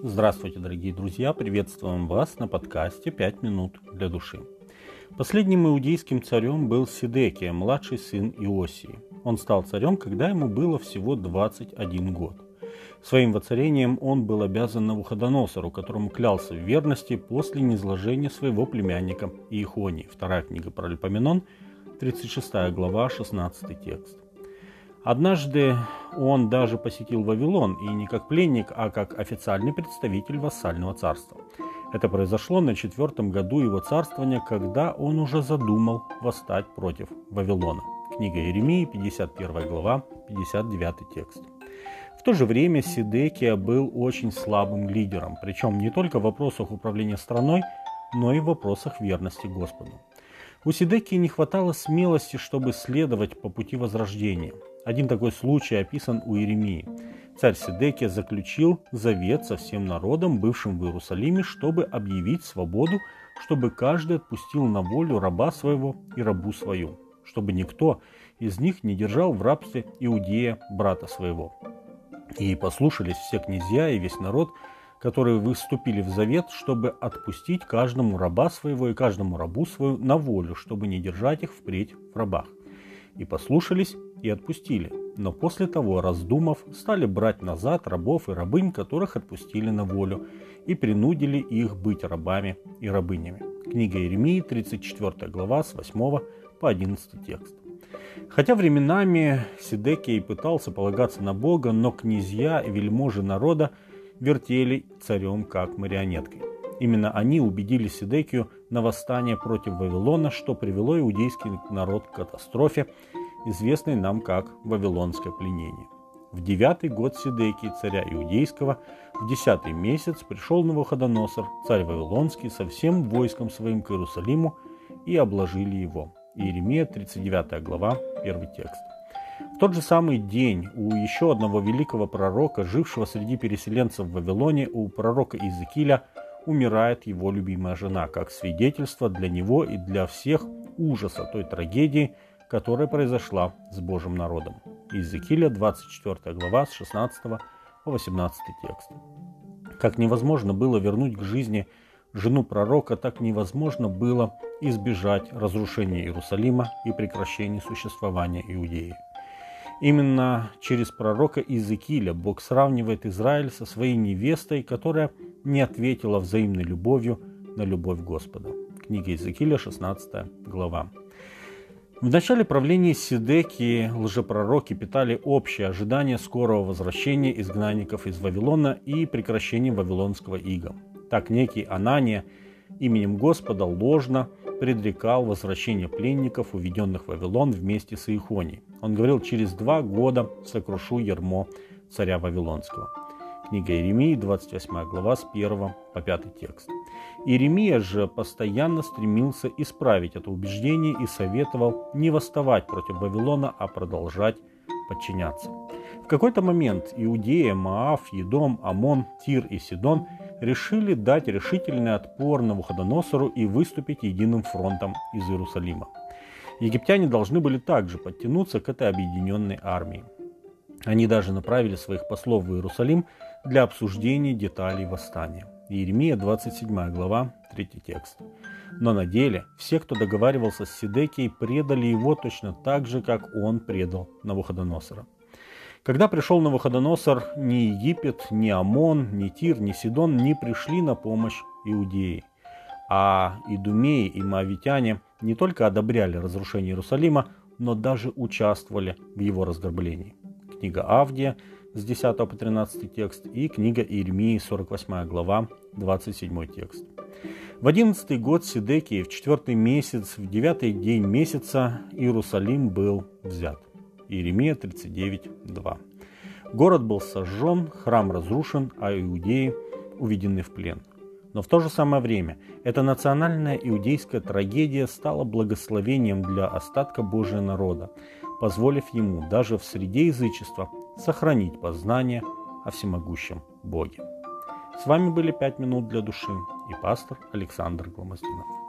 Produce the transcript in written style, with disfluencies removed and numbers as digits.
Здравствуйте, дорогие друзья! Приветствуем вас на подкасте «5 минут для души». Последним иудейским царем был Сидекия, младший сын Иосии. Он стал царем, когда ему было всего 21 год. Своим воцарением он был обязан Навуходоносору, которому клялся в верности после низложения своего племянника Иехонии. Вторая книга Паралипоменон, 36 глава, 16 текст. Однажды он даже посетил Вавилон, и не как пленник, а как официальный представитель вассального царства. Это произошло на 4-м году его царствования, когда он уже задумал восстать против Вавилона. Книга Иеремии, 51 глава, 59 текст. В то же время Сидекия был очень слабым лидером, причем не только в вопросах управления страной, но и в вопросах верности Господу. У Сидекии не хватало смелости, чтобы следовать по пути возрождения. Один такой случай описан у Иеремии. Царь Сидекия заключил завет со всем народом, бывшим в Иерусалиме, чтобы объявить свободу, чтобы каждый отпустил на волю раба своего и рабу свою, чтобы никто из них не держал в рабстве Иудея, брата своего. И послушались все князья и весь народ, которые выступили в завет, чтобы отпустить каждому раба своего и каждому рабу свою на волю, чтобы не держать их впредь в рабах. И послушались, и отпустили. Но после того, раздумав, стали брать назад рабов и рабынь, которых отпустили на волю, и принудили их быть рабами и рабынями. Книга Иеремии, 34 глава, с 8 по 11 текст. Хотя временами Сидекия пытался полагаться на Бога, но князья и вельможи народа вертели царем как марионеткой. Именно они убедили Сидекию на восстание против Вавилона, что привело иудейский народ к катастрофе, известной нам как Вавилонское пленение. В 9-й год Сидекии, царя Иудейского, в 10-й месяц пришел Навуходоносор, царь Вавилонский, со всем войском своим к Иерусалиму и обложили его. Иеремия, 39 глава, 1 текст. В тот же самый день у еще одного великого пророка, жившего среди переселенцев в Вавилоне, у пророка Иезекииля, умирает его любимая жена, как свидетельство для него и для всех ужаса той трагедии, которая произошла с Божьим народом. Иезекииля, 24 глава, с 16 по 18 текст. Как невозможно было вернуть к жизни жену пророка, так невозможно было избежать разрушения Иерусалима и прекращения существования Иудеи. Именно через пророка Иезекииля Бог сравнивает Израиль со своей невестой, которая не ответила взаимной любовью на любовь Господа. Книга Иезекииля, 16 глава. В начале правления Сидекии лжепророки питали общее ожидание скорого возвращения изгнанников из Вавилона и прекращения вавилонского ига. Так некий Анания именем Господа ложно предрекал возвращение пленников, уведенных в Вавилон вместе с Иехонией. Он говорил: через 2 года сокрушу ярмо царя Вавилонского. Книга Иеремии, 28 глава, с 1 по 5 текст. Иеремия же постоянно стремился исправить это убеждение и советовал не восставать против Вавилона, а продолжать подчиняться. В какой-то момент Иудея, Моав, Едом, Амон, Тир и Сидон решили дать решительный отпор Навуходоносору и выступить единым фронтом из Иерусалима. Египтяне должны были также подтянуться к этой объединенной армии. Они даже направили своих послов в Иерусалим для обсуждения деталей восстания. Иеремия, 27 глава, 3 текст. Но на деле все, кто договаривался с Сидекией, предали его точно так же, как он предал Навуходоносора. Когда пришел Навуходоносор, ни Египет, ни Амон, ни Тир, ни Сидон не пришли на помощь Иудеи. А идумеи и моавитяне не только одобряли разрушение Иерусалима, но даже участвовали в его разграблении. Книга Авдия с 10 по 13 текст и книга Иеремии, 48 глава, 27 текст. В 11-й год Сидекии, в 4-й месяц, в 9-й день месяца Иерусалим был взят. Иеремия, 39:2. Город был сожжен, храм разрушен, а иудеи уведены в плен. Но в то же самое время эта национальная иудейская трагедия стала благословением для остатка Божьего народа, позволив ему даже в среде язычества сохранить познание о всемогущем Боге. С вами были 5 минут для души и пастор Александр Гломоздинов.